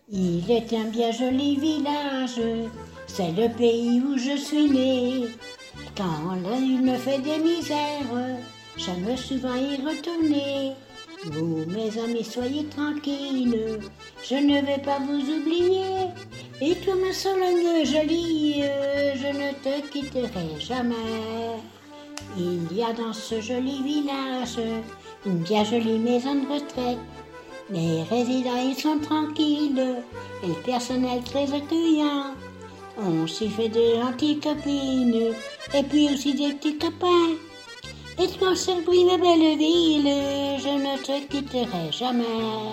Il est un bien joli village, c'est le pays où je suis né. Quand la nuit me fait des misères, j'aime souvent y retourner. Vous, mes amis, soyez tranquilles, je ne vais pas vous oublier. Et toi, ma Sologne jolie, je ne te quitterai jamais. Il y a dans ce joli village une bien jolie maison de retraite. Les résidents, ils sont tranquilles et le personnel très accueillant. On s'y fait de gentilles copines et puis aussi des petits copains. Et toi, Saint-Louis, ma belle ville, je ne te quitterai jamais.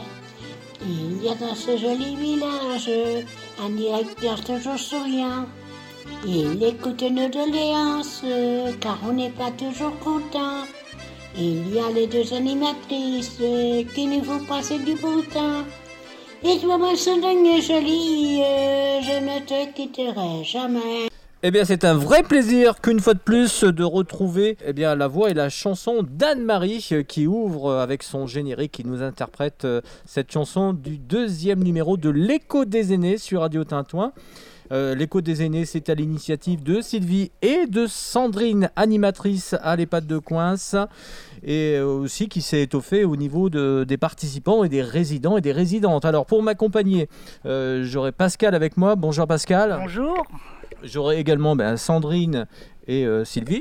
Il y a dans ce joli village un directeur toujours souriant. Il écoute nos doléances car on n'est pas toujours content. Il y a les deux animatrices qui nous font passer du bon temps. Et toi, ma Sologne jolie, je ne te quitterai jamais. Eh bien, c'est un vrai plaisir qu'une fois de plus de retrouver la voix et la chanson d'Anne-Marie qui ouvre avec son générique, qui nous interprète cette chanson du 2e numéro de l'Écho des aînés sur Radio Tintouin. L'Écho des aînés, c'est à l'initiative de Sylvie et de Sandrine, animatrice à l'EHPAD de Coinces, et aussi qui s'est étoffée au niveau des participants et des résidents et des résidentes. Alors, pour m'accompagner, j'aurai Pascal avec moi. Bonjour Pascal. Bonjour. J'aurai également Sandrine et Sylvie.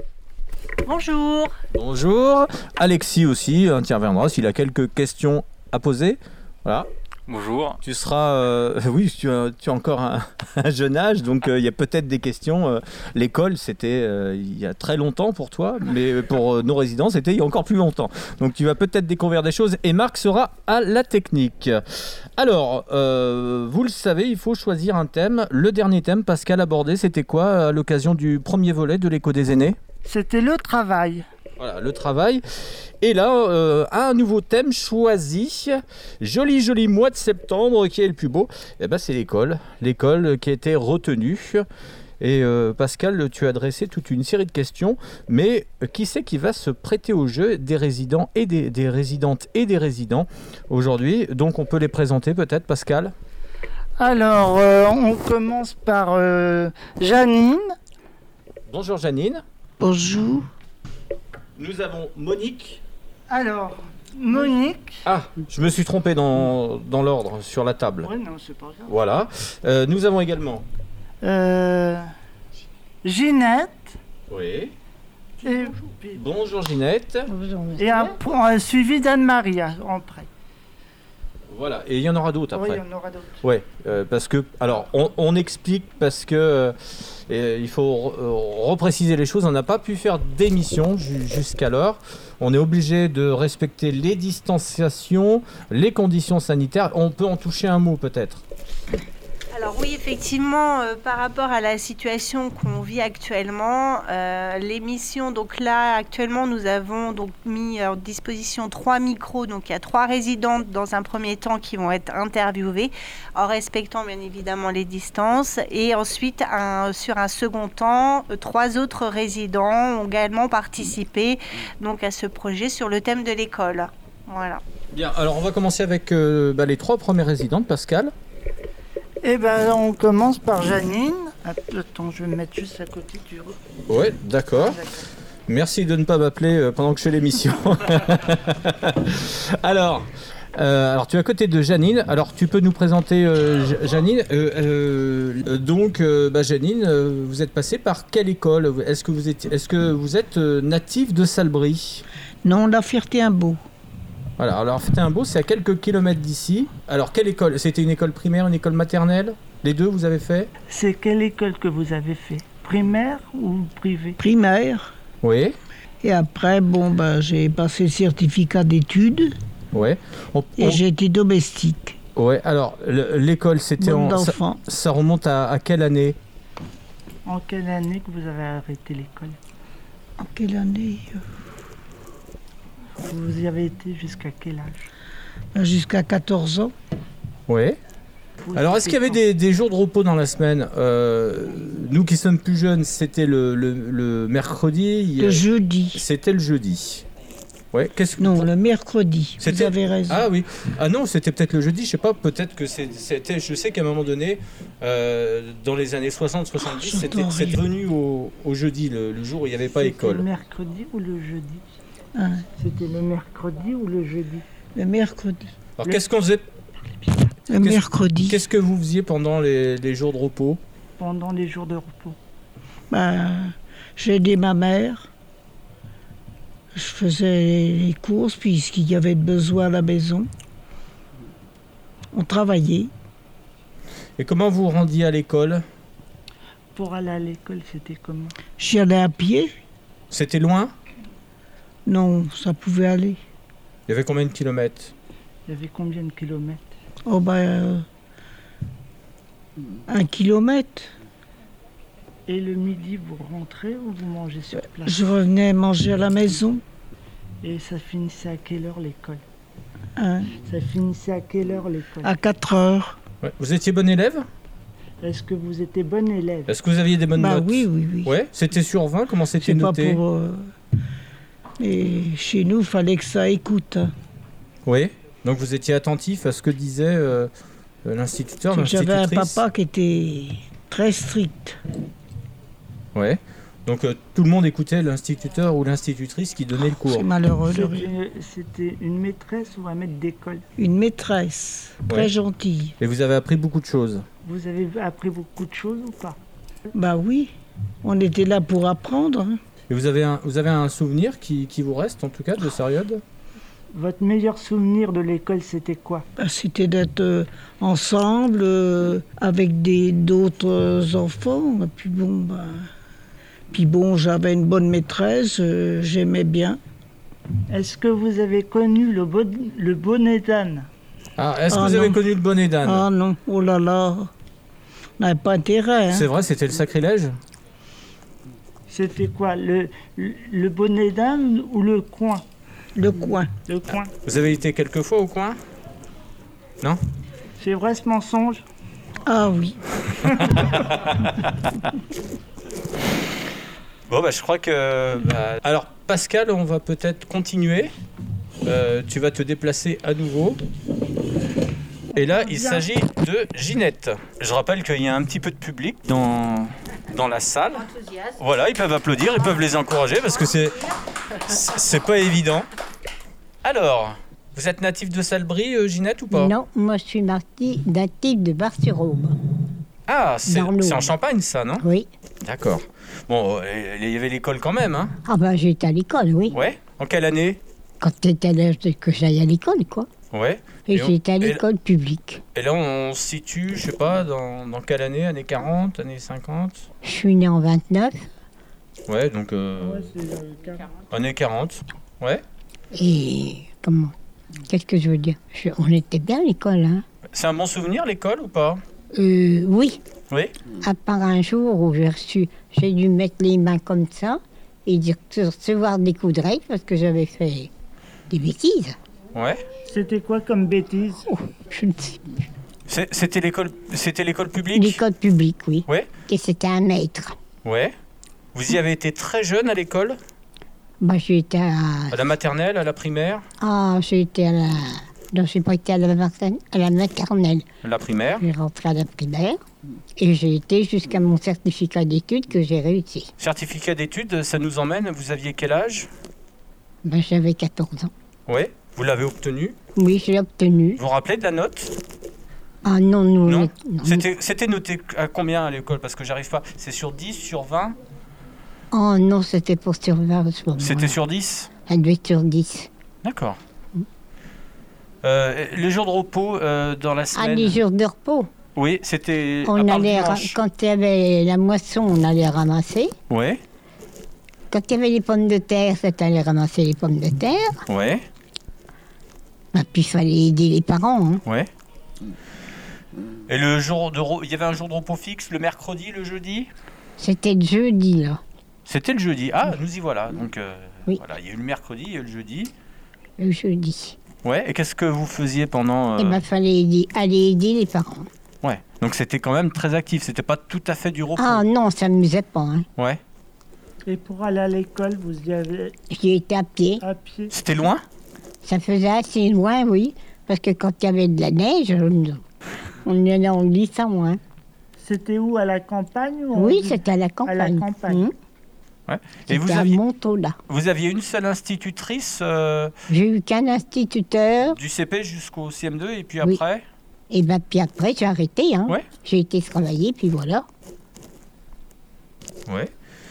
Bonjour. Bonjour. Alexis aussi interviendra s'il a quelques questions à poser. Voilà. Bonjour. Tu seras... oui, tu as encore un jeune âge, donc il y a peut-être des questions. L'école, c'était il y a très longtemps pour toi, mais pour nos résidents, c'était il y a encore plus longtemps. Donc tu vas peut-être découvrir des choses et Marc sera à la technique. Alors, vous le savez, il faut choisir un thème. Le dernier thème, Pascal abordé, c'était quoi à l'occasion du premier volet de l'Écho des aînés ? C'était le travail. Voilà, le travail. Et là, un nouveau thème choisi. Joli mois de septembre, qui est le plus beau. C'est l'école. L'école qui a été retenue. Et Pascal, tu as adressé toute une série de questions. Mais qui c'est qui va se prêter au jeu des résidents et des résidentes et des résidents aujourd'hui? Donc on peut les présenter peut-être, Pascal? Alors, on commence par Janine. Bonjour Janine. Bonjour. Nous avons Monique. Alors, Monique. Ah, je me suis trompé dans l'ordre sur la table. Ouais, non, c'est pas grave. Voilà. Nous avons également... Ginette. Oui. Et, Bonjour Ginette. et un suivi d'Anne-Marie après. Voilà, et il y en aura d'autres après. Oui, il y en aura d'autres. Ouais, parce que... Alors, on explique parce que... il faut repréciser les choses. On n'a pas pu faire d'émission jusqu'alors. On est obligé de respecter les distanciations, les conditions sanitaires. On peut en toucher un mot peut-être. Alors oui, effectivement, par rapport à la situation qu'on vit actuellement, l'émission, donc là, actuellement, nous avons donc mis à disposition 3 micros. Donc il y a 3 résidentes dans un premier temps qui vont être interviewées, en respectant bien évidemment les distances. Et ensuite, sur un second temps, 3 autres résidents ont également participé donc, à ce projet sur le thème de l'école. Voilà. Bien, alors on va commencer avec les 3 premières résidentes, Pascal. Eh bien, on commence par Janine. Attends, je vais me mettre juste à côté du... Oui, d'accord. Merci de ne pas m'appeler pendant que je fais l'émission. Alors, tu es à côté de Janine. Alors, tu peux nous présenter Janine. Janine, vous êtes passée par quelle école ? Est-ce que vous êtes natif de Salbris ? Non, La Ferté-Imbaud. Voilà, alors Ferté-Imbaud, c'est à quelques kilomètres d'ici. Alors, quelle école ? C'était une école primaire, une école maternelle ? Les deux, vous avez fait ? C'est quelle école que vous avez fait ? Primaire ou privée ? Primaire. Oui. Et après, j'ai passé le certificat d'études. Ouais. Et j'ai été domestique. Ouais, alors, l'école, c'était ça remonte à quelle année ? En quelle année que vous avez arrêté l'école ? En quelle année ? Vous y avez été jusqu'à quel âge ? Jusqu'à 14 ans. Oui. Alors, est-ce qu'il y avait des jours de repos dans la semaine ? Nous qui sommes plus jeunes, c'était le mercredi. Le jeudi. C'était le jeudi. Ouais. Non, le mercredi. Vous C'était- avez raison. Ah oui. Ah non, c'était peut-être le jeudi, je sais pas, peut-être que c'était... Je sais qu'à un moment donné, dans les années 60-70, j'entends c'est rien. devenu au jeudi, le jour où il n'y avait pas C'était école. le mercredi ou le jeudi? Hein, C'était le mercredi ou le jeudi? le mercredi. Alors qu'est-ce qu'on faisait? Le mercredi. Qu'est-ce que vous faisiez pendant les jours de repos? Pendant les jours de repos. J'ai aidé ma mère. Je faisais les courses puisqu'il y avait besoin à la maison. On travaillait. Et comment vous rendiez à l'école? Pour aller à l'école, c'était comment? J'y allais à pied. C'était loin? Non, ça pouvait aller. Il y avait combien de kilomètres? Il y avait combien de kilomètres? Oh 1 kilomètre. Et le midi, vous rentrez ou vous mangez sur place? Je revenais manger à la maison. Et ça finissait à quelle heure l'école? Hein, Ça finissait à quelle heure l'école? à 4 heures. Ouais. Vous étiez bon élève? Est-ce que vous étiez bon élève? Est-ce que vous aviez des bonnes notes? Oui. Ouais. C'était sur 20? Comment c'était C'est pas noté? pour. Et chez nous, il fallait que ça écoute. Hein. Oui. Donc vous étiez attentif à ce que disait l'instituteur, C'est que j'avais un l'institutrice? papa qui était très strict. Ouais. Donc tout le monde écoutait l'instituteur ou l'institutrice qui donnait le cours. C'est malheureux. C'était une maîtresse ou un maître d'école? Une maîtresse, très Ouais. gentille. Et vous avez appris beaucoup de choses. Vous avez appris beaucoup de choses ou pas? Oui, on était là pour apprendre. Hein. Et vous avez un souvenir qui vous reste, en tout cas, de cette période? Votre meilleur souvenir de l'école, c'était quoi? C'était d'être ensemble avec d'autres enfants. Et puis bon, j'avais une bonne maîtresse, j'aimais bien. Est-ce que vous avez connu le bonnet d'âne? Ah, est-ce que Ah, vous avez non. connu le bonnet d'âne? Ah non, oh là là, on n'avait pas intérêt. Hein. C'est vrai, c'était le sacrilège? C'était quoi? Le bonnet d'âne ou le coin? Le coin. Le coin. Vous avez été quelques fois au coin? Non? C'est vrai ce mensonge? Ah oui. Bon, je crois que... Alors, Pascal, on va peut-être continuer. Tu vas te déplacer à nouveau. Et là, il s'agit de Ginette. Je rappelle qu'il y a un petit peu de public dans la salle. Voilà, ils peuvent applaudir, ils peuvent les encourager parce que c'est pas évident. Alors, vous êtes natif de Salbris, Ginette, ou pas? Non, moi je suis native de Bar-sur-Aube. Ah, c'est Dans l'Aube. en Champagne, ça, non? Oui. D'accord. Bon, il y avait l'école quand même, hein? Ah j'étais à l'école, oui. Ouais. En quelle année? Quand t'étais là, que j'aille à l'école, quoi. Ouais. Et Et on- j'étais à et- l'école publique. Et là, on se situe, je sais pas, dans quelle année? Années 40, années 50? Je suis née en 29 Ouais, donc années 40. Ouais. et comment? Qu'est-ce que je veux dire? On était bien à l'école, hein. C'est un bon souvenir, l'école, ou pas? Oui. Oui. À part un jour où j'ai dû mettre les mains comme ça et dire recevoir des coups de règle parce que j'avais fait des bêtises. Ouais. C'était quoi comme bêtise? Je ne sais plus. C'était l'école publique? L'école publique, oui. Ouais. Et c'était un maître. Ouais. Vous y avez été très jeune à l'école? J'ai été À la maternelle, à la primaire? j'ai été à la... Non, j'ai pas été à la maternelle. La primaire. J'ai rentré à la primaire et j'ai été jusqu'à mon certificat d'études que j'ai réussi. Certificat d'études, ça nous emmène. Vous aviez quel âge? J'avais 14 ans. Ouais. Vous l'avez obtenu? Oui, je l'ai obtenu. Vous vous rappelez de la note? Ah non, nous... Non. non. C'était noté à combien à l'école? Parce que j'arrive pas. C'est sur 10, sur 20? Oh non, c'était pour surveiller à ce moment. C'était sur 10? Elle devait être sur 10. D'accord. Les jours de repos dans la Ah, semaine? les jours de repos. Oui, c'était à On part allait dimanche. quand il y avait la moisson, on allait ramasser. Ouais, Quand il y avait les pommes de terre, c'était aller ramasser les pommes de terre. ouais, Puis il fallait aider les parents. Hein. ouais. Et il y avait un jour de repos fixe, le mercredi, le jeudi? C'était le jeudi, là. C'était le jeudi. Ah, nous y voilà. Donc Oui. voilà, il y a eu le mercredi, il y a eu le jeudi. Le jeudi. Ouais. Et qu'est-ce que vous faisiez pendant Il fallait aller aider les parents. Ouais. Donc c'était quand même très actif. C'était pas tout à fait du repos. Ah non, on s'amusait pas. Hein. Ouais. Et pour aller à l'école, vous y avez J'y étais à pied. à pied? C'était loin? Ça faisait assez loin, oui. Parce que quand il y avait de la neige, on y allait en glissant, hein. C'était où, à la campagne ou en Oui, ville? c'était à la campagne. À la campagne. Ouais. Et C'était à Montaut-là. vous aviez une seule institutrice J'ai eu qu'un instituteur. du CP jusqu'au CM2 et puis Oui. après? Et ben, puis après, j'ai arrêté. Hein. Ouais. J'ai été travailler, puis voilà. Oui.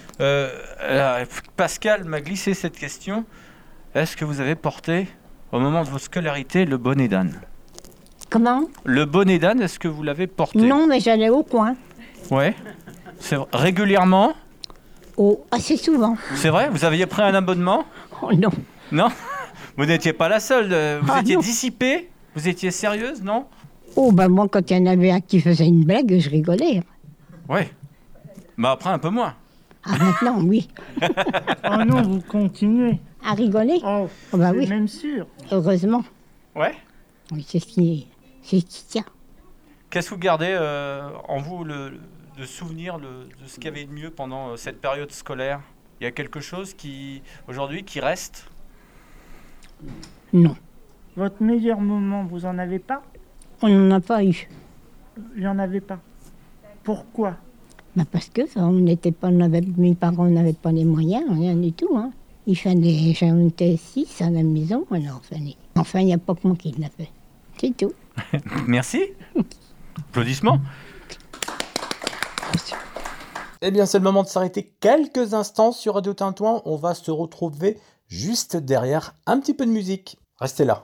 Pascal m'a glissé cette question. Est-ce que vous avez porté, au moment de votre scolarité, le bonnet d'âne? Comment? Le bonnet d'âne, est-ce que vous l'avez porté? Non, mais j'allais au coin. Ouais. C'est vrai. Régulièrement? Oh, assez souvent. C'est vrai? Vous aviez pris un abonnement? Oh non. Non? Vous n'étiez pas la seule. Vous Ah, étiez non. dissipée? Vous étiez sérieuse, non? Oh, ben moi, quand il y en avait un qui faisait une blague, je rigolais. Ouais. Bah après, un peu moins. Ah, maintenant, oui. Oh non, vous continuez. À rigoler? Oh, Oh, bah c'est oui. même sûr. Heureusement. Ouais. Oui, c'est ce qui tient. Qu'est-ce que vous gardez en vous de souvenir de ce qu'il y avait de mieux pendant cette période scolaire? Il y a quelque chose qui, aujourd'hui, qui reste? Non. Votre meilleur moment, vous en avez pas? On n'en a pas eu. Il n'y en avait pas. Pourquoi? Bah parce que mes parents n'avaient pas les moyens, rien du tout. Hein. J'en étais 6 à la maison, alors il n'y a pas que moi qui l'a fait. C'est tout. Merci. Applaudissements. Eh bien, c'est le moment de s'arrêter quelques instants sur Radio Tintouin. On va se retrouver juste derrière un petit peu de musique. Restez là.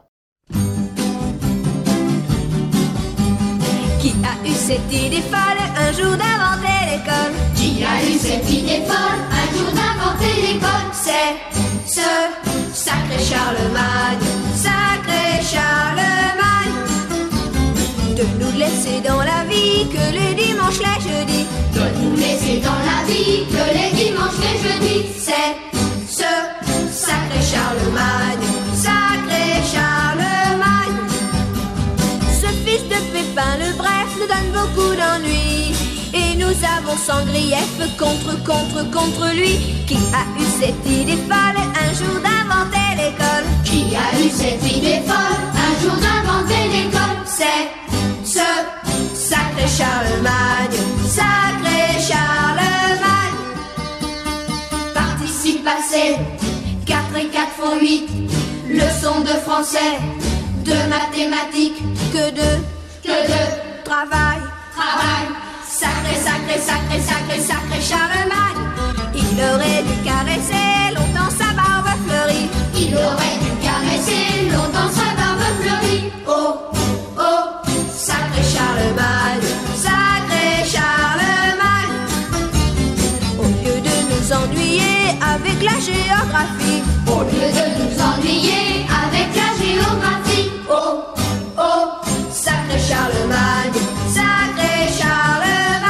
Qui a eu cette idée folle un jour d'inventer l'école? Qui a eu cette idée folle un jour d'inventer l'école? C'est ce sacré Charlemagne, sacré Charlemagne. De nous laisser dans la vie que les dimanches, les jeudis. De nous laisser dans la vie que les dimanches, les jeudis. C'est ce sacré Charlemagne, sacré Charlemagne. Ce fils de Pépin le Bref nous donne beaucoup d'ennuis. Et nous avons sans grief contre lui. Qui a eu cette idée folle un jour d'inventer l'école? Qui a eu cette idée folle un jour d'inventer l'école? C'est ce sacré Charlemagne, sacré Charlemagne. Participe passé, 4 et 4 font 8. Leçon de français, de mathématiques, Que de travail. Sacré, sacré, sacré, sacré, sacré Charlemagne. Il aurait dû caresser longtemps sa barbe fleurie. Il aurait dû caresser longtemps sa barbe fleurie. Oh, oh, sacré Charlemagne, sacré Charlemagne. Au lieu de nous ennuyer avec la géographie. Au lieu de nous ennuyer avec la géographie. Oh, oh, sacré Charlemagne, sacré Charlemagne.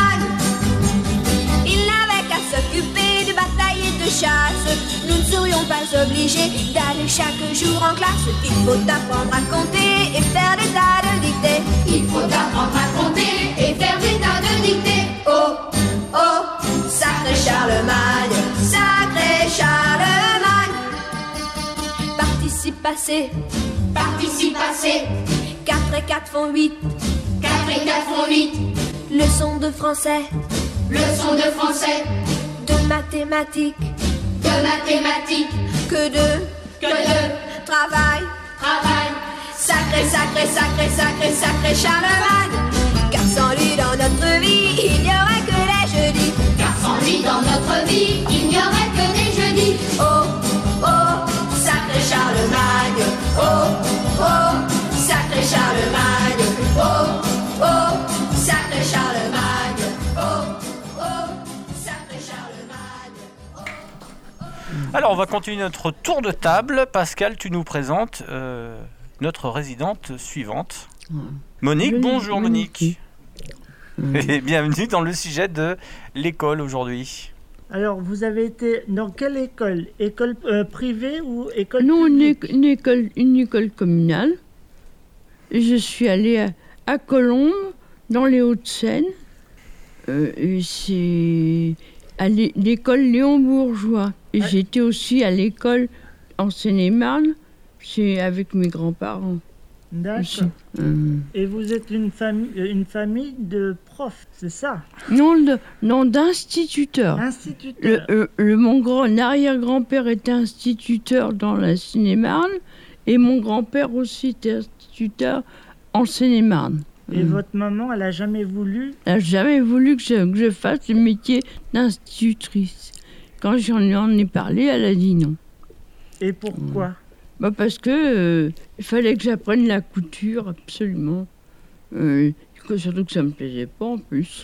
Il n'avait qu'à s'occuper de bataille et de chasse. Nous ne serions pas obligés d'aller chaque jour en classe. Il faut apprendre à compter et faire des tas de dictées. Il faut apprendre à compter et faire des tas de dictées. Oh, oh, sacré Charlemagne, sacré Charlemagne. Participe passé, Participe passé, 4 et 4 font 8. 4 et 4 font 8. Leçon de français, Leçon de français, de mathématiques, de mathématiques, que de travail. Sacré, sacré, sacré, sacré, sacré Charlemagne. Car sans lui dans notre vie, il n'y aurait que les jeudis. Car sans lui dans notre vie, il n'y aurait que des jeudis. Oh, oh, sacré Charlemagne. Oh, oh, sacré Charlemagne. Oh, oh, sacré Charlemagne. Oh, oh, sacré Charlemagne. Alors, on va continuer notre tour de table. Pascal, tu nous présentes notre résidente suivante. Monique, bonjour Monique. Et bienvenue dans le sujet de l'école aujourd'hui. Alors, vous avez été dans quelle école? École privée ou école Non, publique? une école communale. Je suis allée à Colombes, dans les Hauts-de-Seine. Et à l'école Léon Bourgeois. Et j'étais aussi à l'école en Seine-et-Marne, avec mes grands-parents. D'accord. Et vous êtes une famille de profs, c'est ça? Non, d'instituteurs. Instituteurs. Mon arrière-grand-père était instituteur dans la Seine-et-Marne et mon grand-père aussi était instituteur en Seine-et-Marne. Et votre maman, elle n'a jamais voulu? Elle n'a jamais voulu que je fasse le métier d'institutrice. Quand j'en ai parlé, elle a dit non. Et pourquoi? Parce que il fallait que j'apprenne la couture, absolument. Surtout que ça ne me plaisait pas en plus.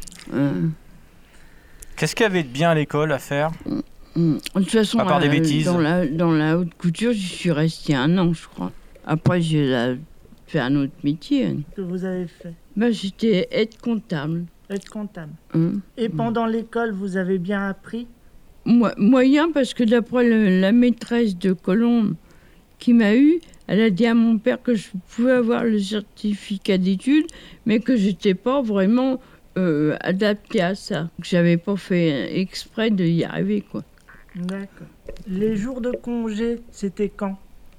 Qu'est-ce qu'il y avait de bien à l'école à faire? De toute façon, à part des bêtises. Dans la haute couture, j'y suis restée 1 an, je crois. Après, j'ai fait un autre métier. Que vous avez fait? J'étais aide-comptable. Aide-comptable. Et pendant l'école, vous avez bien appris? Moyen, parce que d'après la maîtresse de Colombes qui m'a eu, elle a dit à mon père que je pouvais avoir le certificat d'études, mais que j'étais pas vraiment adaptée à ça. Que j'avais pas fait exprès d'y arriver, quoi. D'accord. Les jours de congé, c'était quand?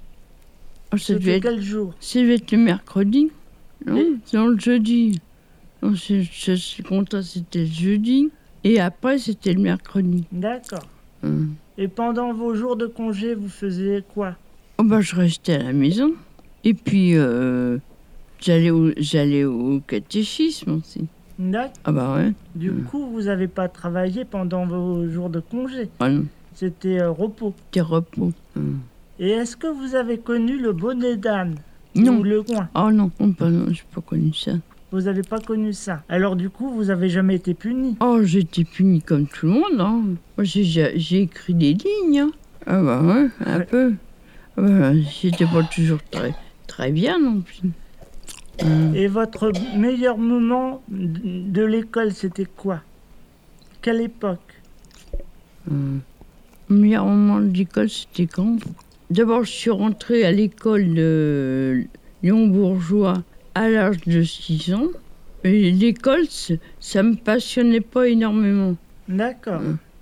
C'était quel jour? Ça devait être le mercredi. Non, c'est le jeudi. Non, je suis content, c'était le jeudi. Et après, c'était le mercredi. D'accord. Et pendant vos jours de congé, vous faisiez quoi? Je restais à la maison. Et puis, j'allais au catéchisme aussi. D'accord. Ouais. Du coup, vous n'avez pas travaillé pendant vos jours de congé? Non. C'était repos? C'était repos. Et est-ce que vous avez connu le bonnet d'âne? Non. Ou le coin? Non, je n'ai pas connu ça. Vous n'avez pas connu ça? Alors du coup, vous n'avez jamais été puni? J'ai été puni comme tout le monde. Hein. Moi, j'ai écrit des lignes. Ouais, un peu. J'étais pas toujours très bien non plus. Et votre meilleur moment de l'école, c'était quoi? Quelle époque? Le meilleur moment de l'école, c'était quand? D'abord, je suis rentrée à l'école de Léon Bourgeois à l'âge de 6 ans. Et l'école, ça me passionnait pas énormément. D'accord.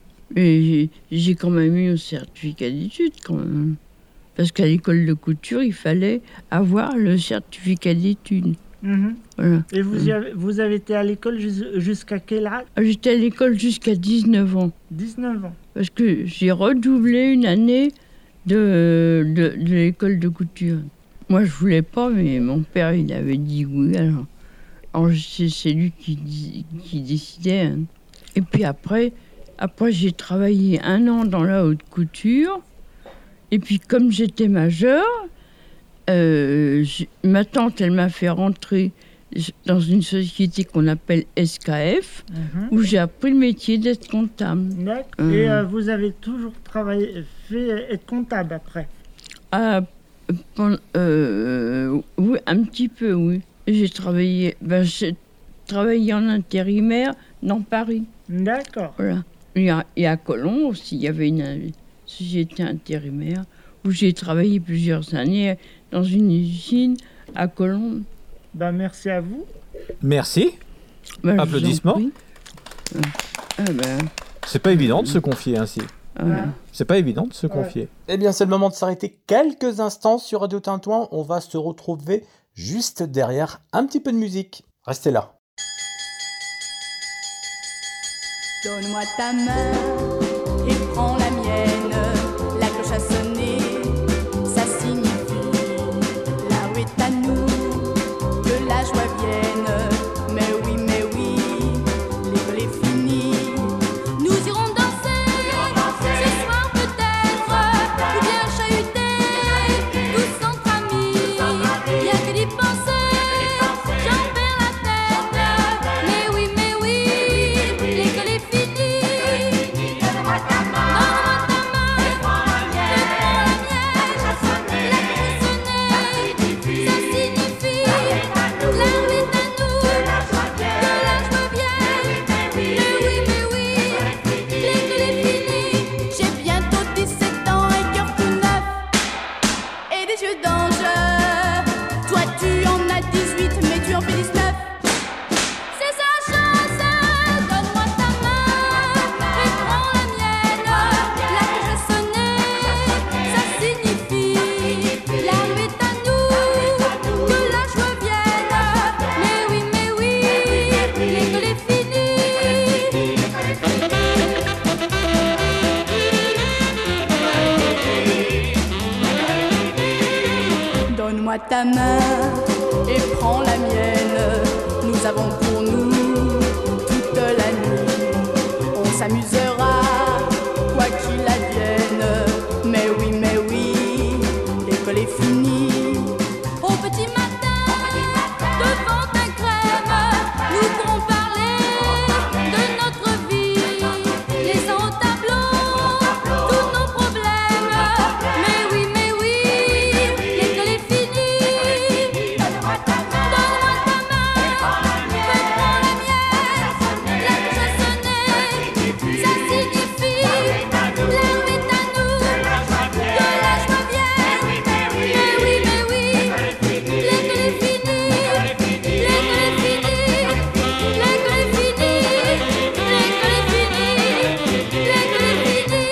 Et j'ai quand même eu un certificat d'études, quand même. Parce qu'à l'école de couture, il fallait avoir le certificat d'études. Voilà. Et vous avez été à l'école jusqu'à quel âge? J'étais à l'école jusqu'à 19 ans. 19 ans. Parce que j'ai redoublé une année de l'école de couture. Moi, je voulais pas, mais mon père, il avait dit oui. Alors c'est lui qui décidait. Hein. Et puis après, j'ai travaillé 1 an dans la haute couture. Et puis, comme j'étais majeure, ma tante, elle m'a fait rentrer dans une société qu'on appelle SKF, où j'ai appris le métier d'être comptable. D'accord. Et vous avez toujours fait être comptable après? Oui, un petit peu, oui. J'ai travaillé en intérimaire dans Paris. D'accord. Voilà. Et à Colombes aussi, il y avait une société intérimaire où j'ai travaillé plusieurs années dans une usine à Colombes. Merci à vous. Merci. Applaudissements. C'est pas évident de se confier ainsi. C'est pas évident de se confier. Eh bien, c'est le moment de s'arrêter quelques instants sur Radio Tintouin. On va se retrouver juste derrière un petit peu de musique. Restez là. Donne-moi ta main et prends la mienne. La cloche a sonné, ça signifie la rue est à nous, que la joie vienne. Mais oui, l'école est finie. Nous irons danser, ce soir peut-être, ou bien chahuter, tous entre amis. Rien que d'y penser, j'en perds la tête. Mais oui, l'école est finie. Donne-moi ta main. ta main et prends la mienne. Nous avons pour nous toute la nuit. On s'amusera, quoi qu'il advienne. Mais oui, l'école est finie. Au petit matin, devant ta crème, nous pourrons parler de notre vie. Les uns au tableau, tous nos problèmes. Mais oui, l'école est finie. Donne-moi ta main, prends la mienne. La cloche a sonné, ça signifie l'heure est à nous, que la joie vienne. Mais oui, l'école est finie. L'école est finie. L'école est finie. L'école est finie. L'école est finie.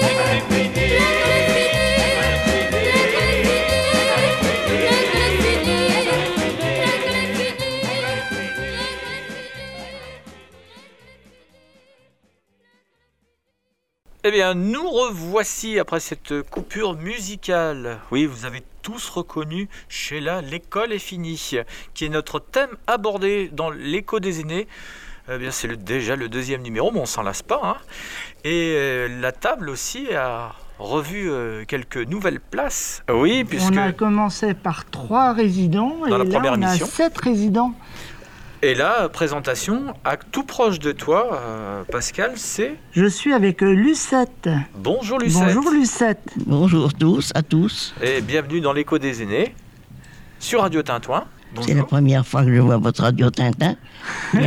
Eh bien, nous revoici après cette coupure musicale. Oui, vous avez tous reconnu Sheila, l'école est finie, qui est notre thème abordé dans l'écho des aînés. Eh bien, c'est déjà le 2e numéro, mais on s'en lasse pas. Hein. Et la table aussi a revu quelques nouvelles places. Oui, puisque On a commencé par 3 résidents Dans la et là première on a émission. 7 résidents. Et là, présentation tout proche de toi, Pascal, c'est... Je suis avec Lucette. Bonjour Lucette. Bonjour Lucette. Bonjour à tous. Et bienvenue dans l'écho des aînés, sur Radio Tintouin. C'est la Bonjour. première fois que je vois votre radio Tintin. Il y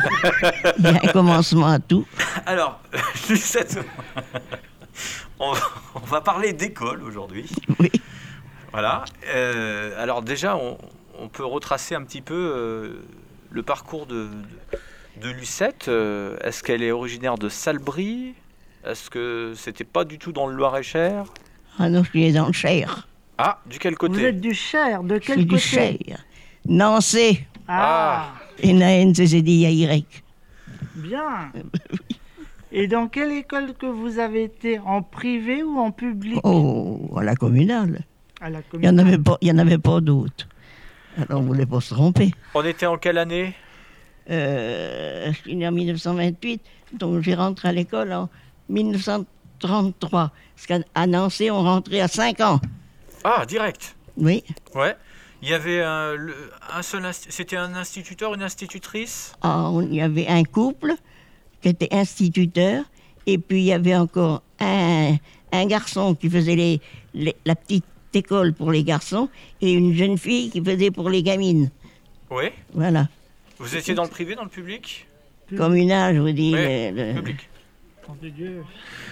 a un commencement à tout. Alors, Lucette, on va parler d'école aujourd'hui. Oui. Voilà. Alors déjà, on peut retracer un petit peu le parcours de Lucette. Est-ce qu'elle est originaire de Salbris? Est-ce que c'était pas du tout dans le Loir-et-Cher? Ah non, je suis dans le Cher. Ah, du quel Vous côté? êtes du Cher, de Je quel suis côté? du Cher. Nancy. Ah, N-A-N-C-C-D-Y. bien. Et dans quelle école que vous avez été? En privé ou en public? Oh, à la communale. À la Il n'y en avait pas d'autres. Alors on ne voulait pas se tromper. On était en quelle année? Je suis né en 1928, donc j'ai rentré à l'école en 1933. Parce qu'à Nancy, on rentrait à 5 ans. Ah, direct. Oui. Ouais. Il y avait un seul... C'était un instituteur, une institutrice? Ah, il y avait un couple qui était instituteur, et puis il y avait encore un garçon qui faisait la petite école pour les garçons, et une jeune fille qui faisait pour les gamines. Oui. Voilà. Vous étiez dans le privé, dans le public? Communal, je vous dis. Oui, public. Oh, de Dieu.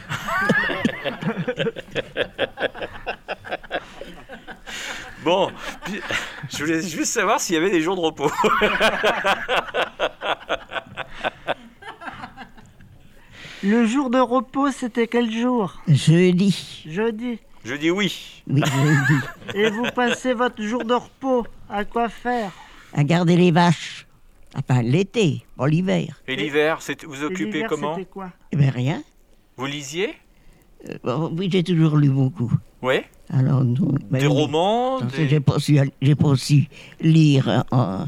Bon, je voulais juste savoir s'il y avait des jours de repos. Le jour de repos, c'était quel jour? Jeudi. Jeudi. Je dis oui. Oui, jeudi. Et vous passez votre jour de repos à quoi faire? À garder les vaches. Enfin, l'été, pas l'hiver. Et l'hiver, vous Et occupez l'hiver, comment? c'était quoi? Eh bien, rien. Vous lisiez? Oui, j'ai toujours lu beaucoup. Oui. Alors, donc, Des romans? J'ai pas su lire.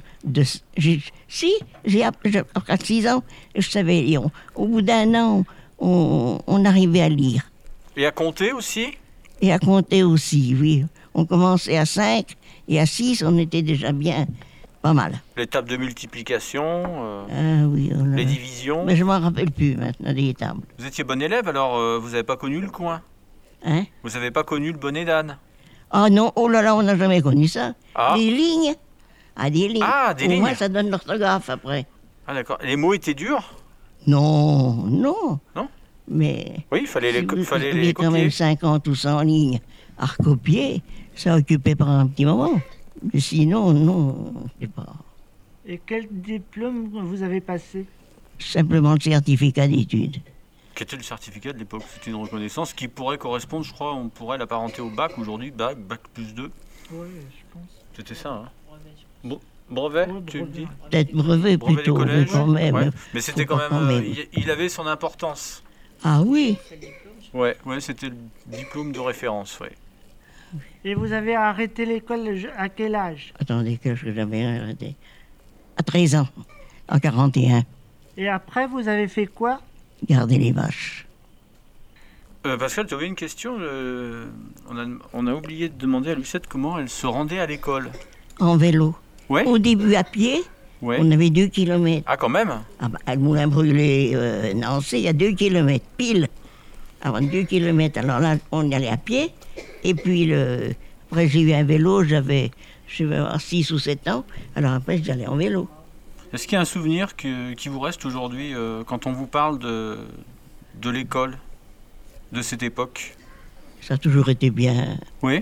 Après 6 ans, je savais lire. Au bout d'1 an, on arrivait à lire. Et à compter aussi? Et à compter aussi, oui. On commençait à 5 et à 6, on était déjà bien, pas mal. Les tables de multiplication, Ah oui, les divisions. Mais je m'en rappelle plus maintenant des tables. Vous étiez bon élève, alors vous n'avez pas connu le coin? Hein? Vous n'avez pas connu le bonnet d'âne? Ah non, oh là là, on n'a jamais connu ça. Ah. Des lignes. Ah, des lignes. Ah, des Au lignes. moins, ça donne l'orthographe après. Ah d'accord. Les mots étaient durs? Non. Non? Mais Oui, il fallait les il y a quand copier. même 5 ans, tout ça en ligne, à recopier. Ça occupait pas un petit moment. Mais sinon, non, je sais pas. Et quel diplôme vous avez passé? Simplement le certificat d'études. Qu'était le certificat de l'époque? C'était une reconnaissance qui pourrait correspondre, je crois, on pourrait l'apparenter au bac aujourd'hui, bac plus 2. Oui, je pense. C'était ça, hein? Brevet, Ouais, tu le brevet. dis? Peut-être brevet Brevet des plutôt, mais collèges? quand même. Ouais. Mais c'était Faut quand pas même... il avait son importance. Ah oui, Ouais, c'était le diplôme de référence, ouais. Et vous avez arrêté l'école à quel âge? Attendez, que j'avais arrêté. À 13 ans, en 41. Et après, vous avez fait quoi? Garder les vaches. Pascal, tu avais une question. On a oublié de demander à Lucette comment elle se rendait à l'école. En vélo. Ouais. Au début, à pied, Ouais. on avait 2 kilomètres. Ah, quand même. À le Moulin Brûlé, Nancy, il y a 2 kilomètres, pile. Avant 2 kilomètres, alors là, on y allait à pied. Et puis, après, j'ai eu un vélo, je devais avoir 6 ou 7 ans. Alors après, j'allais en vélo. Est-ce qu'il y a un souvenir qui vous reste aujourd'hui quand on vous parle de l'école, de cette époque? Ça a toujours été bien. Oui.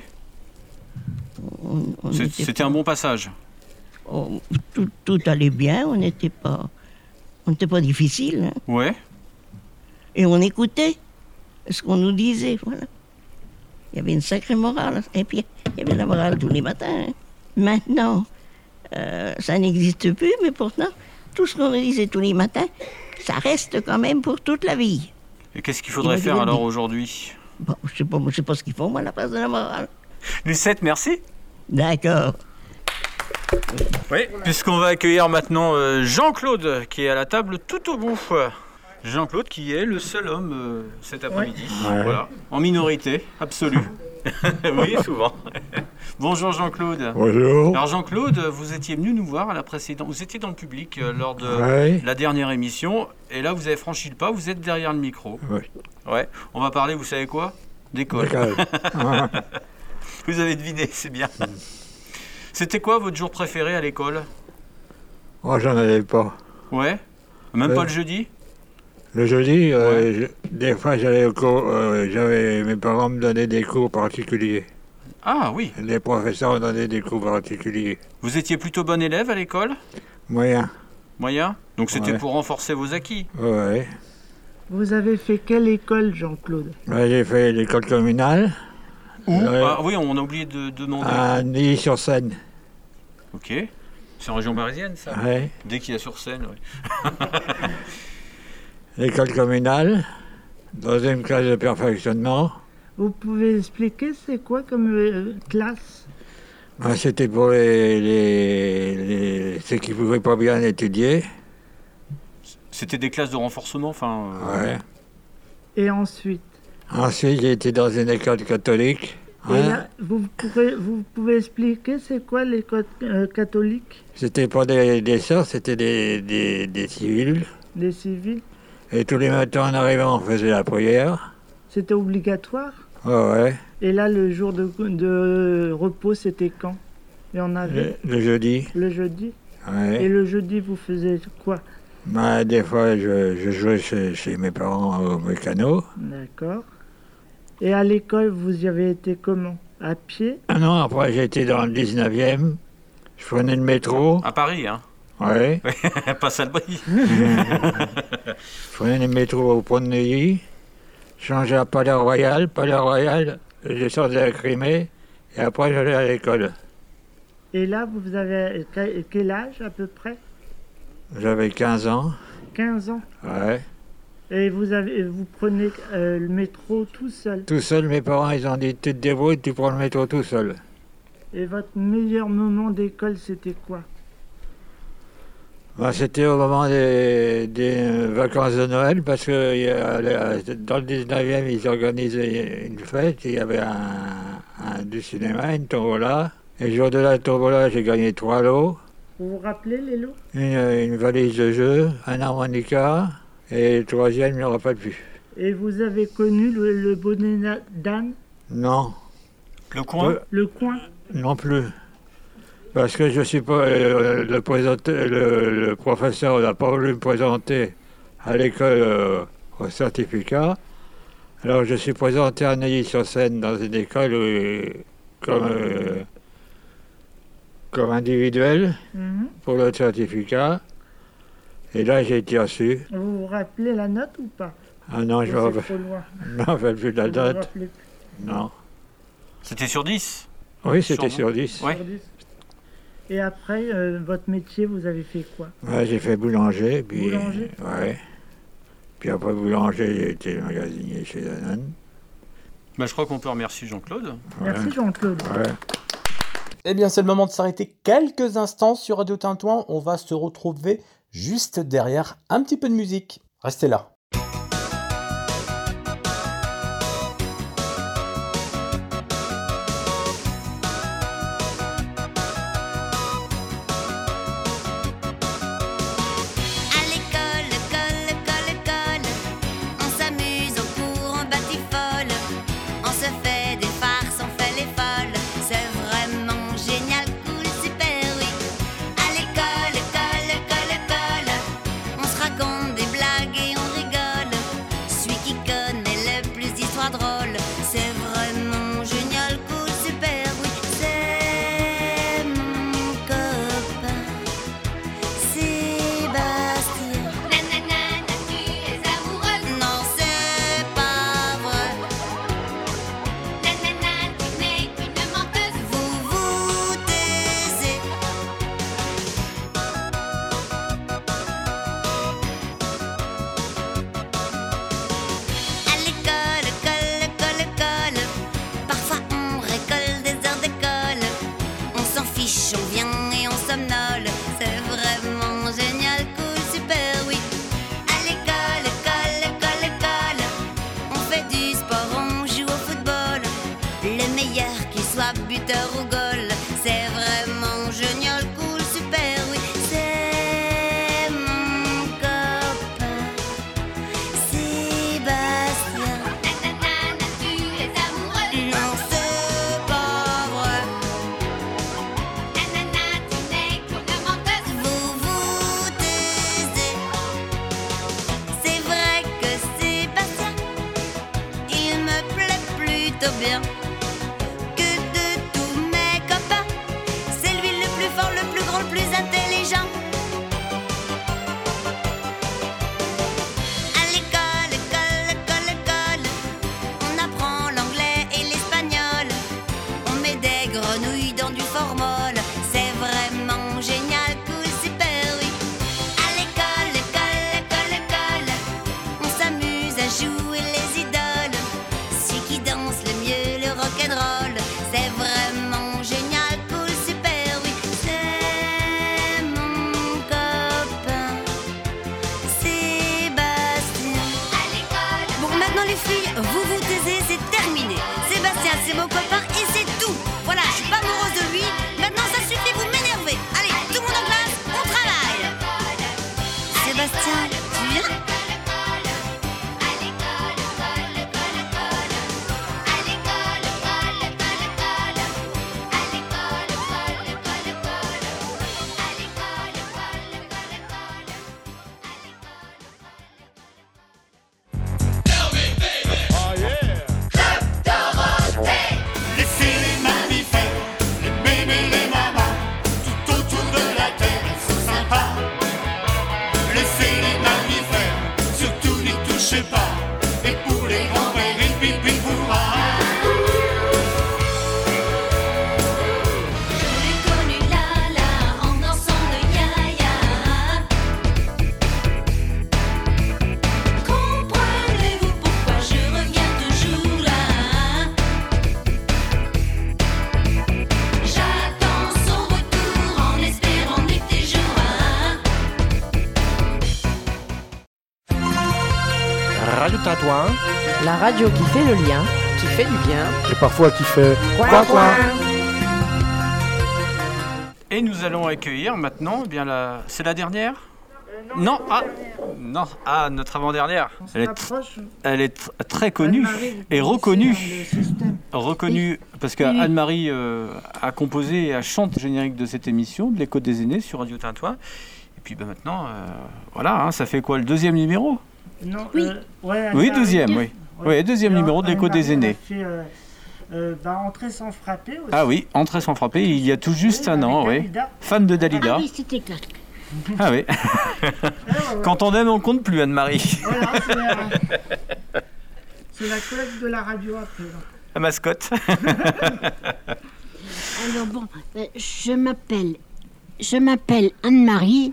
On C'était un bon passage. Tout allait bien, on n'était pas difficile. Hein. Ouais. Et on écoutait ce qu'on nous disait, voilà. Il y avait une sacrée morale. Et puis, il y avait la morale tous les matins. Hein. Maintenant, ça n'existe plus, mais pourtant, tout ce qu'on nous disait tous les matins, ça reste quand même pour toute la vie. Et qu'est-ce qu'il faudrait faire alors aujourd'hui? Bon, je sais pas ce qu'ils font, moi, à la place de la morale. Lucette, merci. D'accord. Oui, puisqu'on va accueillir maintenant Jean-Claude, qui est à la table tout au bout. Jean-Claude, qui est le seul homme cet après-midi. Ouais. Voilà, en minorité absolue. Oui, souvent. Bonjour Jean-Claude. Bonjour. Alors Jean-Claude, vous étiez venu nous voir à la précédente. Vous étiez dans le public lors de la dernière émission, et là vous avez franchi le pas. Vous êtes derrière le micro. Oui. Ouais. On va parler, vous savez quoi? D'école. Vous avez deviné, c'est bien. C'était quoi votre jour préféré à l'école? Oh, j'en avais pas. Ouais. Même pas le jeudi? Le jeudi, des fois j'allais au cours, mes parents me donnaient des cours particuliers. Ah oui. Les professeurs me donnaient des cours particuliers. Vous étiez plutôt bon élève à l'école? Moyen. Moyen? Donc c'était Ouais. pour renforcer vos acquis? Ouais. Vous avez fait quelle école, Jean-Claude? J'ai fait l'école communale. Où? Ah oui, on a oublié de demander. À Neuilly-sur-Seine. Ok. C'est en région parisienne, ça? Ouais. Dès qu'il y a sur Seine, oui. L'école communale, deuxième classe de perfectionnement. Vous pouvez expliquer c'est quoi comme classe? C'était pour ceux qui ne pouvaient pas bien étudier. C'était des classes de renforcement, enfin... Ouais. Et ensuite? Ensuite, j'ai été dans une école catholique. Et là, vous pouvez expliquer c'est quoi l'école catholique? C'était pas des sœurs, c'était des civils. Des civils? Et tous les matins en arrivant, on faisait la prière. C'était obligatoire? Ouais. Et là, le jour de repos, c'était quand? Et on avait... Le jeudi. Le jeudi? Ouais. Et le jeudi, vous faisiez quoi? Des fois, je jouais chez mes parents au mécano. D'accord. Et à l'école, vous y avez été comment? À pied? Ah non, après, j'ai été dans le 19e. Je prenais le métro. À Paris, hein? Ouais. Pas Salbris. Je prenais le métro au pont de Neuilly. Je changeais à Palais Royal. Palais Royal, je sortais à Crimée. Et après, j'allais à l'école. Et là, vous avez quel âge à peu près? J'avais 15 ans. 15 ans. Ouais. Et vous prenez le métro tout seul? Tout seul, mes parents, ils ont dit, tu te débrouilles, tu prends le métro tout seul. Et votre meilleur moment d'école, c'était quoi? C'était au moment des vacances de Noël, parce que dans le 19e, ils organisaient une fête, il y avait du cinéma, une tombola. Et le jour de la tombola, j'ai gagné 3 lots. Vous vous rappelez les lots? Une valise de jeu, un harmonica, et le troisième, je ne me rappelle plus. Et vous avez connu le bonnet d'âne? Non. Le coin? Le coin? Non plus. Parce que je suis pas le professeur n'a pas voulu me présenter à l'école au certificat. Alors je suis présenté à Neuilly-sur-Seine dans une école comme individuel pour le certificat. Et là j'ai été reçu. Vous vous rappelez la note ou pas? Ah non, je ne me rappelle plus de la note. Non. C'était sur 10? Oui, c'était sur 10. Ouais. Et après, votre métier, vous avez fait quoi? J'ai fait boulanger. Puis, boulanger? Ouais. Puis après boulanger, j'ai été magasinier chez Danone. Je crois qu'on peut remercier Jean-Claude. Merci Jean-Claude. Ouais. Eh bien, c'est le moment de s'arrêter quelques instants sur Radio Tintouin. On va se retrouver juste derrière un petit peu de musique. Restez là. La radio qui fait le lien, qui fait du bien. Et parfois qui fait coin coin. Et nous allons accueillir maintenant, eh bien c'est la dernière ? Non, notre avant-dernière. Elle est très connue et reconnue. Reconnue parce qu'Anne-Marie a composé et a chanté le générique de cette émission, de l'Écho des aînés sur Radio Tintouin. Et puis maintenant, voilà, ça fait quoi, le deuxième numéro ? Non, oui, deuxième, oui. Oui, deuxième numéro de l'Écho des aînés. Entrer sans frapper aussi. Ah oui, Entrer sans frapper, il y a tout juste un an, oui. Fan de Dalida. Ah oui, c'était clair. Ah oui. Quand on aime, on compte plus, Anne-Marie. Voilà, c'est la collègue de la radio après. La mascotte. Alors bon, je m'appelle Anne-Marie.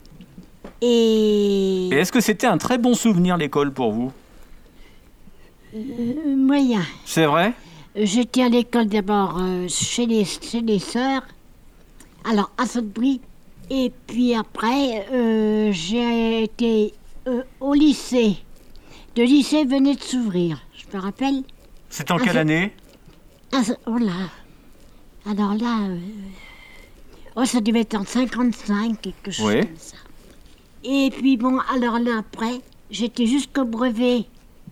Et est-ce que c'était un très bon souvenir, l'école, pour vous ? Moyen. C'est vrai? J'étais à l'école d'abord chez les sœurs, alors à Sudbury, et puis après j'ai été au lycée. Le lycée venait de s'ouvrir, je me rappelle. C'était en quelle année? Oh là. Alors là, ça devait être en 55, quelque chose comme ça. Et puis bon, alors là après, j'étais jusqu'au brevet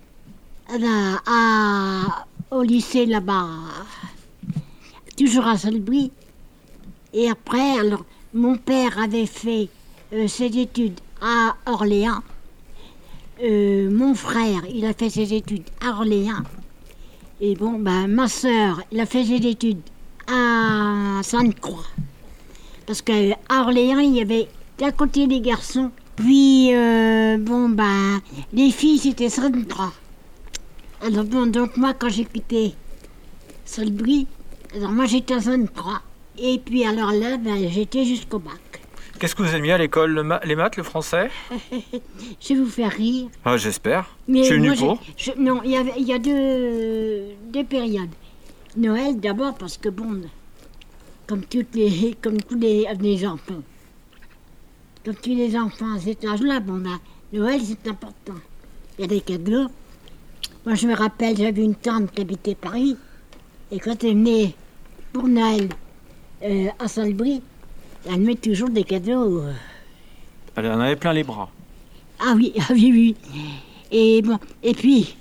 là, au lycée là-bas, toujours à Sudbury. Et après, alors, mon père avait fait ses études à Orléans. Mon frère, il a fait ses études à Orléans. Et bon, ma sœur, elle a fait ses études à Sainte-Croix. Parce qu'à Orléans, il y avait d'un côté les garçons, puis les filles, c'était Sainte-Croix. Alors bon, donc moi, quand j'ai quitté Sudbury, alors moi j'étais à Sainte-Croix. Et puis alors là, j'étais jusqu'au bac. Qu'est-ce que vous aimiez à l'école? Les maths, le français? Je vais vous faire rire. Ah, j'espère. Mais je suis venu pour. Non, il y a deux périodes. Noël d'abord parce que bon, comme tous les enfants. Comme tous les enfants à cet âge-là, Noël c'est important. Il y a des cadeaux. Moi je me rappelle, j'avais une tante qui habitait Paris. Et quand elle venait pour Noël à Sudbury, elle met toujours des cadeaux. Elle en avait plein les bras. Ah oui. Et bon, et puis,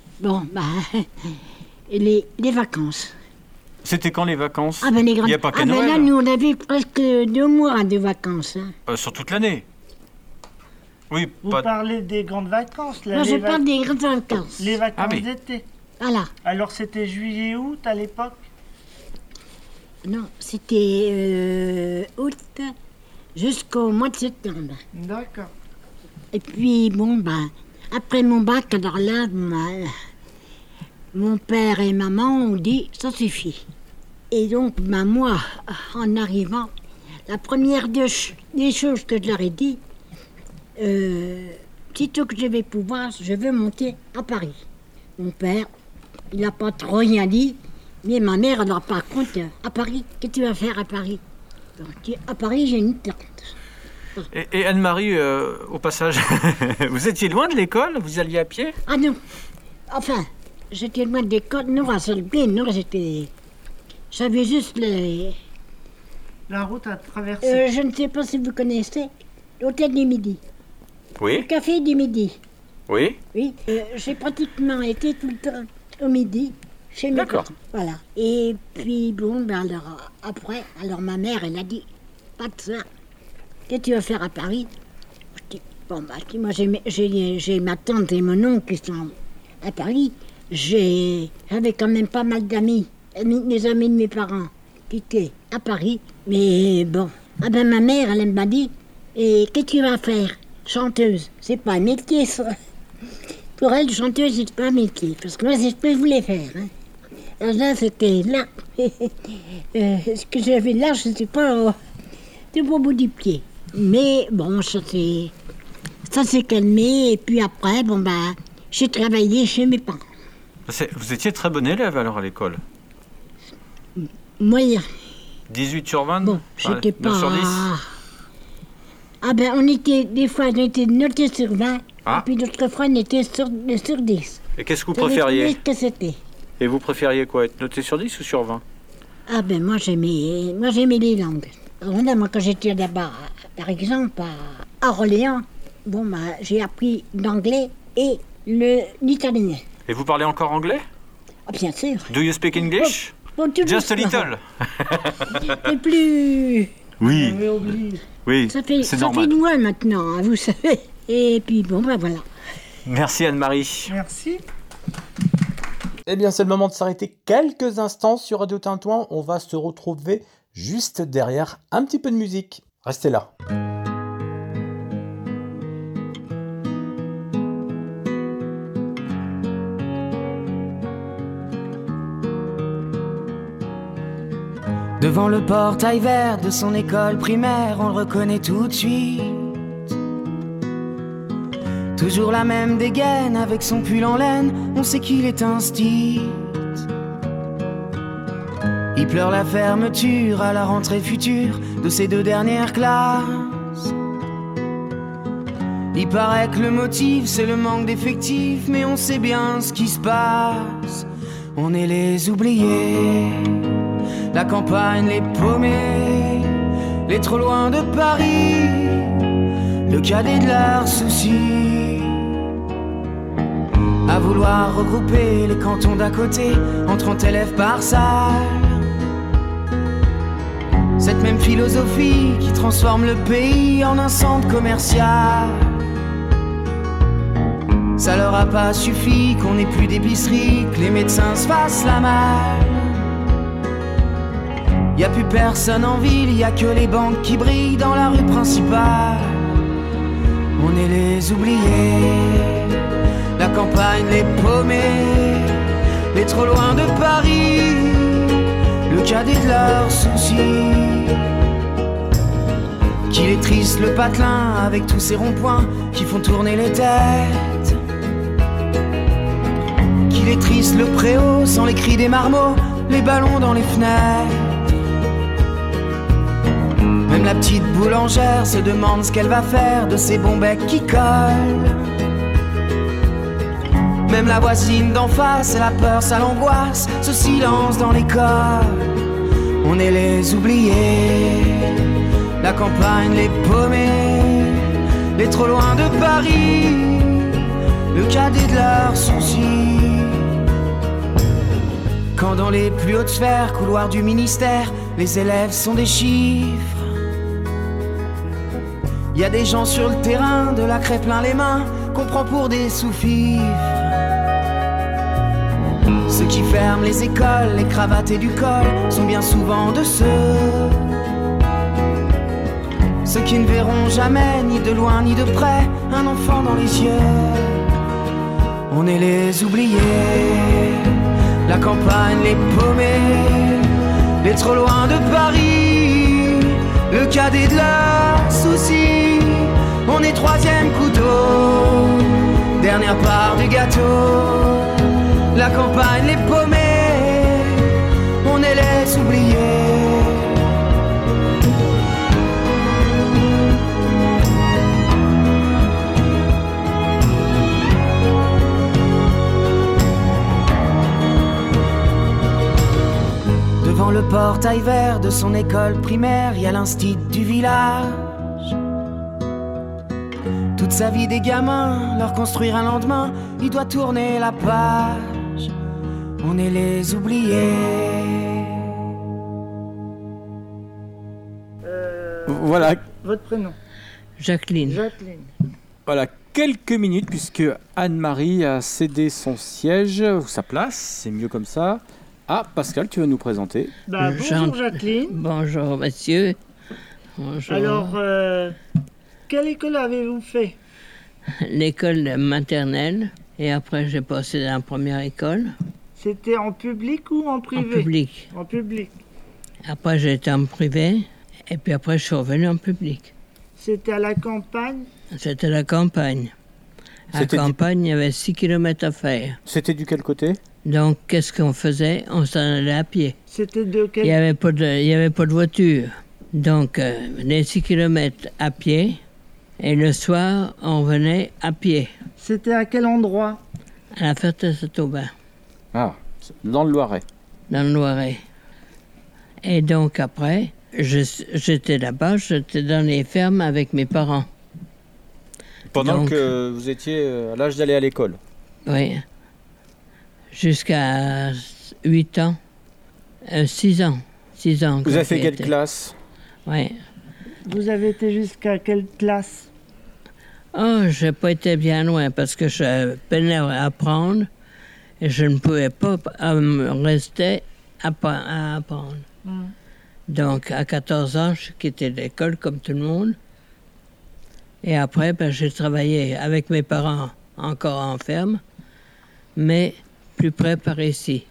les vacances. C'était quand les vacances? Les grandes... Il n'y a pas qu'à Noël. Là, nous, on avait presque 2 mois de vacances. Sur toute l'année? Oui, Vous parlez des grandes vacances, là? Moi, je parle des grandes vacances. Les vacances d'été. Voilà. Alors, c'était juillet-août à l'époque? Non, c'était août jusqu'au mois de septembre. D'accord. Et puis, après mon bac, alors là, mon père et maman ont dit, ça suffit. Et donc, moi, en arrivant, la première des choses que je leur ai dit, sitôt que je vais pouvoir, je veux monter à Paris. Mon père, il n'a pas trop rien dit. Mais ma mère, alors par contre, à Paris, qu'est-ce que tu vas faire à Paris? Donc, à Paris, j'ai une tante. Et Anne-Marie, au passage, vous étiez loin de l'école? Vous alliez à pied? Ah non. Enfin, j'étais loin de l'école. Non, à Sudbury, non, j'avais juste la route à traverser. Je ne sais pas si vous connaissez l'hôtel du Midi. Oui. Le café du Midi. Oui. Oui. J'ai pratiquement été tout le temps au Midi. Chez mes parents. Voilà. Et puis, après, ma mère, elle a dit, pas de ça. Qu'est-ce que tu vas faire à Paris? Je dis, moi, j'ai ma tante et mon oncle qui sont à Paris. J'avais quand même pas mal d'amis, les amis de mes parents, qui étaient à Paris. Mais bon, ma mère, elle m'a dit, et qu'est-ce que tu vas faire? Chanteuse. C'est pas un métier, ça. Pour elle, chanteuse, c'est pas un métier. Parce que moi, c'est ce que je voulais faire. Là, c'était là. Ce que j'avais là, je ne sais pas, c'était pas au bout du pied. Mais bon, ça s'est calmé. Et puis après, j'ai travaillé chez mes parents. Vous étiez très bon élève alors à l'école? Moyen. 18 sur 20? Bon, j'étais pas... 9 sur 10? on était, des fois, on était noté sur 20. Et puis d'autres fois, on était sur 10. Et qu'est-ce que vous préfériez? Que c'était. Et vous préfériez quoi? Être noté sur 10 ou sur 20? Moi j'aimais les langues. Moi quand j'étais là-bas, par exemple, à Orléans, j'ai appris l'anglais et l'italien. Et vous parlez encore anglais? Bien sûr. Do you speak English? Just a little. C'est plus... Oui. Oui, ça fait normal. loin maintenant, vous savez. Et puis voilà. Merci Anne-Marie. Merci. Eh bien, c'est le moment de s'arrêter quelques instants sur Radio Tintouin. On va se retrouver juste derrière un petit peu de musique. Restez là. Devant le portail vert de son école primaire, on le reconnaît tout de suite. Toujours la même dégaine avec son pull en laine, on sait qu'il est instit. Il pleure la fermeture à la rentrée future de ses 2 dernières classes. Il paraît que le motif c'est le manque d'effectifs, mais on sait bien ce qui se passe. On est les oubliés, la campagne les paumés, les trop loin de Paris, le cadet de leurs soucis. À vouloir regrouper les cantons d'à côté en 30 élèves par salle. Cette même philosophie qui transforme le pays en un centre commercial. Ça leur a pas suffi qu'on ait plus d'épicerie, que les médecins se fassent la malle. Y a plus personne en ville, y a que les banques qui brillent dans la rue principale. On est les oubliés, la campagne les paumés, les trop loin de Paris, le cadet de leurs soucis. Qu'il est triste le patelin avec tous ces ronds-points qui font tourner les têtes. Qu'il est triste le préau sans les cris des marmots, les ballons dans les fenêtres. Même la petite boulangère se demande ce qu'elle va faire de ces bons becs qui collent. Même la voisine d'en face, elle a peur, ça l'angoisse, ce silence dans l'école. On est les oubliés, la campagne les paumés, les trop loin de Paris, le cadet de leurs soucis. Quand dans les plus hautes sphères, couloirs du ministère, les élèves sont des chiffres. Y a des gens sur le terrain, de la craie plein les mains, qu'on prend pour des sous-fifres. Ceux qui ferment les écoles, les cravates et du col, sont bien souvent de ceux qui ne verront jamais, ni de loin ni de près, un enfant dans les yeux. On est les oubliés, la campagne les paumés, les trop loin de Paris, le cadet de leurs soucis. On est 3e couteau, dernière part du gâteau, la campagne les paumés, on est les oubliés. Devant le portail vert de son école primaire, y a l'instit du village. Toute sa vie des gamins, leur construire un lendemain, il doit tourner la page. On est les oubliés. Voilà. Votre prénom? Jacqueline. Jacqueline. Voilà, quelques minutes puisque Anne-Marie a cédé son siège ou sa place, c'est mieux comme ça. Ah, Pascal, tu veux nous présenter? Bonjour Jacqueline. Bonjour monsieur. Bonjour. Alors, quelle école avez-vous fait? L'école maternelle, et après j'ai passé dans la première école. C'était en public ou en privé? En public. En public. Après j'ai été en privé, et puis après je suis revenu en public. C'était à la campagne? C'était la campagne. À la campagne, il y avait 6 km à faire. C'était du quel côté? Donc, qu'est-ce qu'on faisait? On s'en allait à pied. C'était de quel... Il n'y avait pas de voiture. Donc, les 6 km à pied, et le soir, on venait à pied. C'était à quel endroit? À la Ferté-Saint-Aubin. Ah, dans le Loiret. Dans le Loiret. Et donc, après, j'étais là-bas, j'étais dans les fermes avec mes parents. Pendant donc, que vous étiez à l'âge d'aller à l'école? Oui. Jusqu'à 8 ans. 6 ans. 6 ans. Vous avez fait quelle classe? Oui. Vous avez été jusqu'à quelle classe? Oh, j'ai pas été bien loin parce que je peinais à apprendre et je ne pouvais pas rester à apprendre. Donc, à 14 ans, je quittais l'école comme tout le monde. Et après, j'ai travaillé avec mes parents encore en ferme, mais plus près par ici.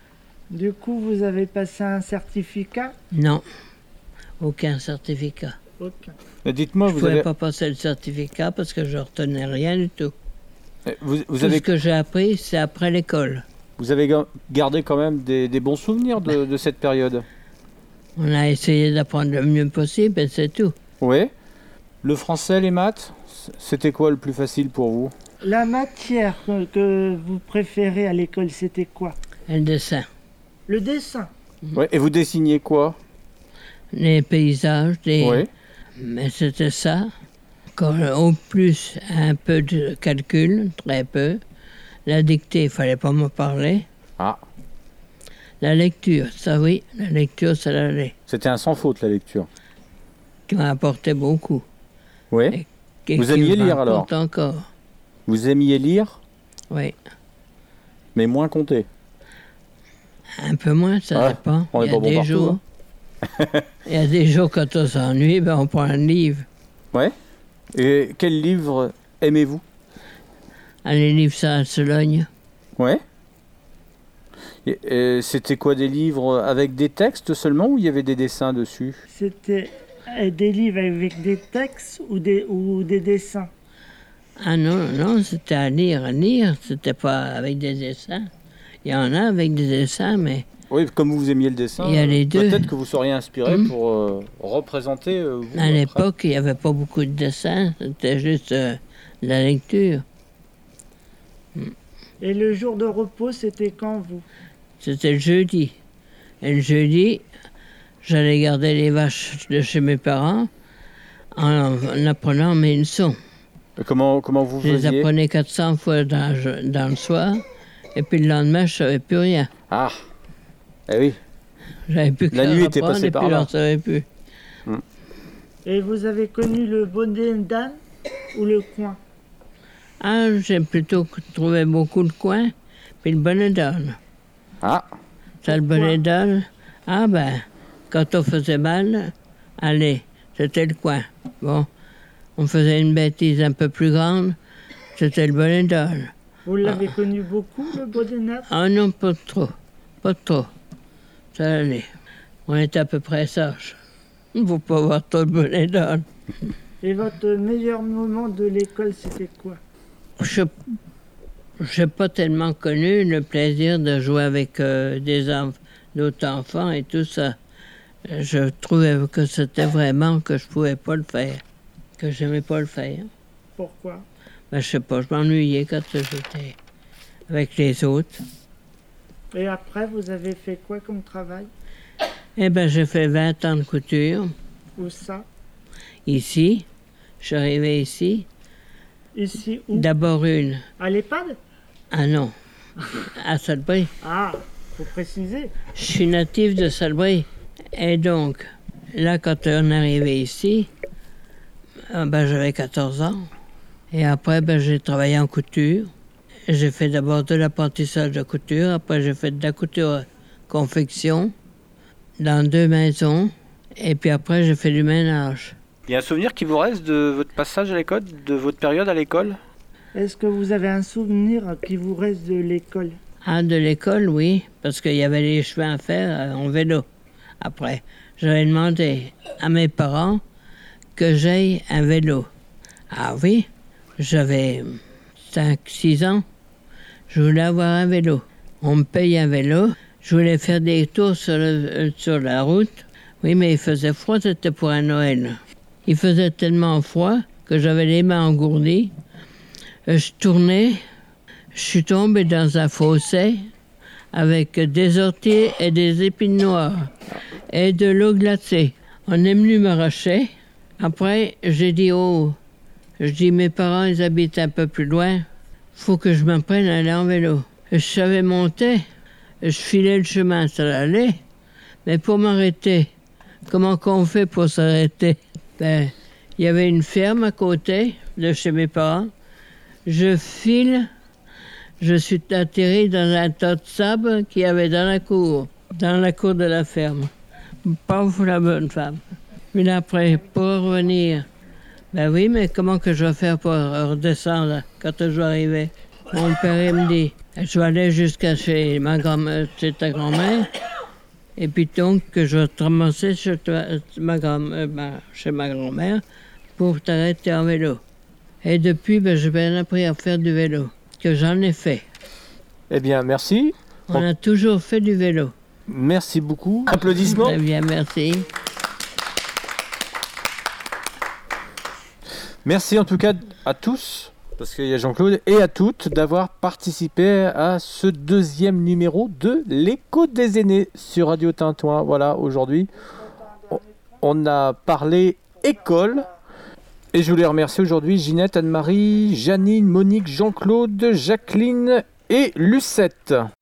Du coup, vous avez passé un certificat? Non, aucun certificat. Aucun. Mais dites-moi, Je vous pouvais avez... pas passer le certificat parce que je retenais rien du tout. Vous Tout avez... ce que j'ai appris, c'est après l'école. Vous avez gardé quand même des bons souvenirs de cette période? On a essayé d'apprendre le mieux possible et c'est tout. Oui. Le français, les maths, c'était quoi le plus facile pour vous? La matière que vous préférez à l'école, c'était quoi? Et le dessin. Le dessin. Ouais. Et vous dessiniez quoi? Les paysages, Oui. Mais c'était ça. Au plus, un peu de calcul, très peu. La dictée, il fallait pas me parler. Ah. La lecture, ça oui, la lecture, ça l'allait. C'était un sans faute, la lecture. Qui m'a apporté beaucoup. Oui. Et Vous qui aimiez lire m'apporte alors? Encore. Vous aimiez lire, Oui. mais moins compter. Un peu moins, ça Ouais, dépend. on est Il y pas a bon des partout, jours. Il y a des jours quand on s'ennuie, on prend un livre. Ouais. Et quel livre aimez-vous? Les livres Saint-Sologne. Ouais. Et c'était quoi, des livres avec des textes seulement ou il y avait des dessins dessus? C'était des livres avec des textes ou des dessins? Ah non, c'était à lire, c'était pas avec des dessins. Il y en a avec des dessins, mais... Oui, comme vous aimiez le dessin, il y a les deux. peut-être que vous seriez inspiré pour représenter vous. À l'époque, il n'y avait pas beaucoup de dessins, c'était juste la lecture. Et le jour de repos, c'était quand, vous? C'était le jeudi. Et le jeudi, j'allais garder les vaches de chez mes parents en apprenant mes leçons. Comment vous Je les faisiez? apprenais 400 fois dans le soir, et puis le lendemain, je ne savais plus rien. Ah, eh oui. J'avais plus La qu'à nuit était reprendre, passée et par puis là. j'en savais plus. Et vous avez connu le bonnet d'âne ou le coin? Ah, j'ai plutôt trouvé beaucoup de coin, puis le bonnet d'âne. Ah. Ça, le bonnet d'âne, ah ben, quand on faisait mal, allez, c'était le coin. Bon, on faisait une bêtise un peu plus grande, c'était le bonnet d'âne. Vous l'avez connu beaucoup, le bonnet d'âne? Ah non, pas trop, pas trop. Ça allait. On était à peu près sages. Il ne faut pas avoir trop de bonnet d'âne. Et votre meilleur moment de l'école, c'était quoi? Je n'ai pas tellement connu le plaisir de jouer avec d'autres enfants et tout ça. Je trouvais que c'était vraiment que je pouvais pas le faire, que j'aimais pas le faire. Pourquoi? Ben, je sais pas, je m'ennuyais quand j'étais avec les autres. Et après, vous avez fait quoi comme travail? Eh ben, j'ai fait 20 ans de couture. Où ça? Ici. Je suis arrivé ici. Ici où? D'abord une. À l'EHPAD? Ah non, à Salbris. Ah, faut préciser. Je suis natif de Salbris. Et donc, là, quand on est arrivé ici, ben, j'avais 14 ans. Et après, ben, j'ai travaillé en couture. J'ai fait d'abord de l'apprentissage de couture. Après, j'ai fait de la couture confection dans 2 maisons. Et puis après, j'ai fait du ménage. Il y a un souvenir qui vous reste de votre passage à l'école, de votre période à l'école? Est-ce que vous avez un souvenir qui vous reste de l'école? Ah, de l'école, oui, parce qu'il y avait les chemins à faire en vélo. Après, j'avais demandé à mes parents que j'aille un vélo. Ah oui, j'avais 5-6 ans. Je voulais avoir un vélo. On me paye un vélo. Je voulais faire des tours sur la route. Oui, mais il faisait froid, c'était pour un Noël. Il faisait tellement froid que j'avais les mains engourdies. Je tournais, je suis tombé dans un fossé avec des orties et des épines noires et de l'eau glacée. On est venu m'arracher. Après, j'ai dit, mes parents, ils habitent un peu plus loin. Faut que je m'apprenne à aller en vélo. Je savais monter, je filais le chemin, ça allait. Mais pour m'arrêter, comment qu'on fait pour s'arrêter? Ben, il y avait une ferme à côté de chez mes parents. Je file, je suis atterri dans un tas de sable qu'il y avait dans la cour de la ferme. Pauvre la bonne femme. Mais après, pour revenir, ben oui, mais comment que je vais faire pour redescendre quand je vais arriver? Mon père, il me dit, je vais aller jusqu'à chez ta grand-mère, Et puis donc, je ramassais chez ma grand-mère pour t'arrêter en vélo. Et depuis, j'ai bien appris à faire du vélo, que j'en ai fait. Eh bien, merci. On a toujours fait du vélo. Merci beaucoup. Applaudissements. Très bien, merci. Merci en tout cas à tous, parce qu'il y a Jean-Claude, et à toutes d'avoir participé à ce 2e numéro de l'Écho des aînés sur Radio Tintouin. Voilà, aujourd'hui, on a parlé école. Et je voulais remercier aujourd'hui Ginette, Anne-Marie, Janine, Monique, Jean-Claude, Jacqueline et Lucette.